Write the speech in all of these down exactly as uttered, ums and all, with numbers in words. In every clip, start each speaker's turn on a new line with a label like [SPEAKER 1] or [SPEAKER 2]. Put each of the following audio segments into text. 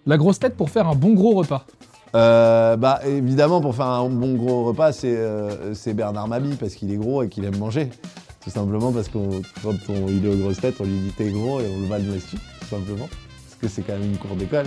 [SPEAKER 1] La grosse tête pour faire un bon gros repas.
[SPEAKER 2] Euh, bah évidemment, pour faire un bon gros repas, c'est euh, c'est Bernard Mabille parce qu'il est gros et qu'il aime manger. Tout simplement parce que quand on, il est aux grosses têtes, on lui dit t'es gros et on le vanne là-dessus, tout simplement. Parce que c'est quand même une cour d'école.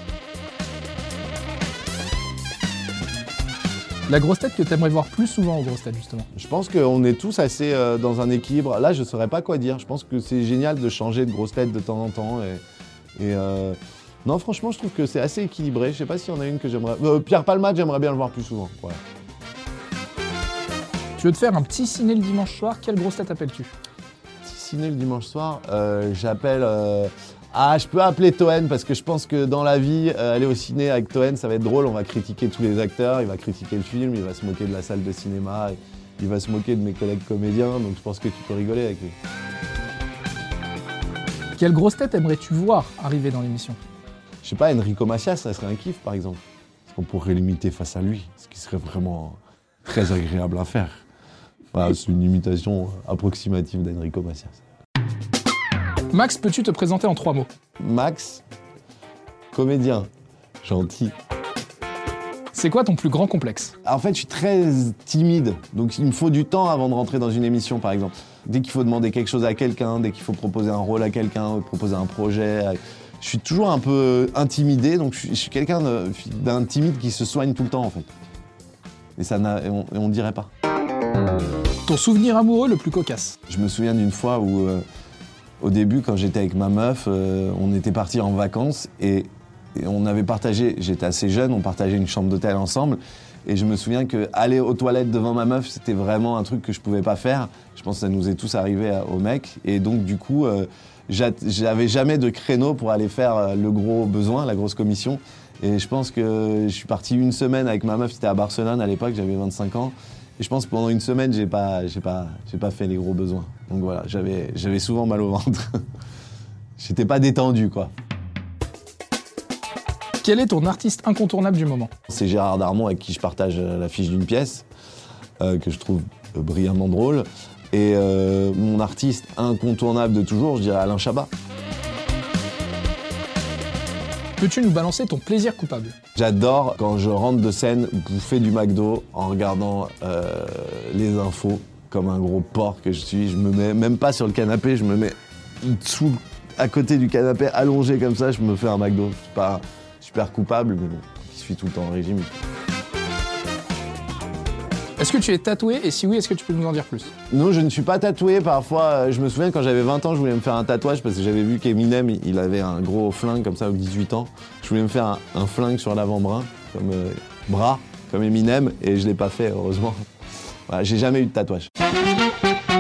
[SPEAKER 1] La grosse tête que t'aimerais voir plus souvent aux grosses têtes, justement.
[SPEAKER 2] Je pense qu'on est tous assez euh, dans un équilibre. Là, je ne saurais pas quoi dire. Je pense que c'est génial de changer de grosse tête de temps en temps. Et, et euh... non, franchement, je trouve que c'est assez équilibré. Je sais pas s'il y en a une que j'aimerais... Euh, Pierre Palmade, j'aimerais bien le voir plus souvent. Voilà.
[SPEAKER 1] Tu veux te faire un petit ciné le dimanche soir, quelle grosse tête appelles-tu?
[SPEAKER 2] Petit ciné le dimanche soir, euh, j'appelle... Euh... Ah, je peux appeler Toen parce que je pense que dans la vie, euh, aller au ciné avec Toen, ça va être drôle. On va critiquer tous les acteurs, il va critiquer le film, il va se moquer de la salle de cinéma, il va se moquer de mes collègues comédiens, donc je pense que tu peux rigoler avec lui.
[SPEAKER 1] Quelle grosse tête aimerais-tu voir arriver dans l'émission?
[SPEAKER 2] Je sais pas, Enrico Macias, ça serait un kiff par exemple. Parce qu'on pourrait l'imiter face à lui, ce qui serait vraiment très agréable à faire. Voilà, c'est une imitation approximative d'Enrico Macias.
[SPEAKER 1] Max, peux-tu te présenter en trois mots?
[SPEAKER 2] Max, comédien, gentil.
[SPEAKER 1] C'est quoi ton plus grand complexe?
[SPEAKER 2] En fait, je suis très timide, donc il me faut du temps avant de rentrer dans une émission, par exemple. Dès qu'il faut demander quelque chose à quelqu'un, dès qu'il faut proposer un rôle à quelqu'un, proposer un projet, je suis toujours un peu intimidé, donc je suis quelqu'un d'un timide qui se soigne tout le temps, en fait. Et ça n'a, et on, et on dirait pas.
[SPEAKER 1] Ton souvenir amoureux le plus cocasse?
[SPEAKER 2] Je me souviens d'une fois où... Euh, Au début, quand j'étais avec ma meuf, euh, on était partis en vacances et, et on avait partagé, j'étais assez jeune, on partageait une chambre d'hôtel ensemble. Et je me souviens qu'aller aux toilettes devant ma meuf, c'était vraiment un truc que je pouvais pas faire. Je pense que ça nous est tous arrivé à, aux mecs. Et donc, du coup, euh, j'avais jamais de créneau pour aller faire le gros besoin, la grosse commission. Et je pense que je suis parti une semaine avec ma meuf, c'était à Barcelone à l'époque, j'avais vingt-cinq ans. Et je pense que pendant une semaine, j'ai pas, j'ai pas, j'ai pas fait les gros besoins. Donc voilà, j'avais, j'avais souvent mal au ventre. J'étais pas détendu, quoi.
[SPEAKER 1] Quel est ton artiste incontournable du moment?
[SPEAKER 2] C'est Gérard Darmon avec qui je partage l'affiche d'une pièce, euh, que je trouve brillamment drôle. Et euh, mon artiste incontournable de toujours, je dirais Alain Chabat.
[SPEAKER 1] Peux-tu nous balancer ton plaisir coupable?
[SPEAKER 2] J'adore quand je rentre de scène bouffer du McDo en regardant euh, les infos comme un gros porc que je suis. Je me mets même pas sur le canapé, je me mets sous, à côté du canapé allongé comme ça, je me fais un McDo. Je suis pas super coupable, mais bon, je suis tout le temps en régime.
[SPEAKER 1] Est-ce que tu es tatoué et si oui, est-ce que tu peux nous en dire plus?
[SPEAKER 2] Non, je ne suis pas tatoué. Parfois, je me souviens quand j'avais vingt ans, je voulais me faire un tatouage parce que j'avais vu qu'Eminem, il avait un gros flingue comme ça, à dix-huit ans. Je voulais me faire un, un flingue sur l'avant-bras, comme euh, bras, comme Eminem, et je l'ai pas fait, heureusement. Voilà, j'ai jamais eu de tatouage.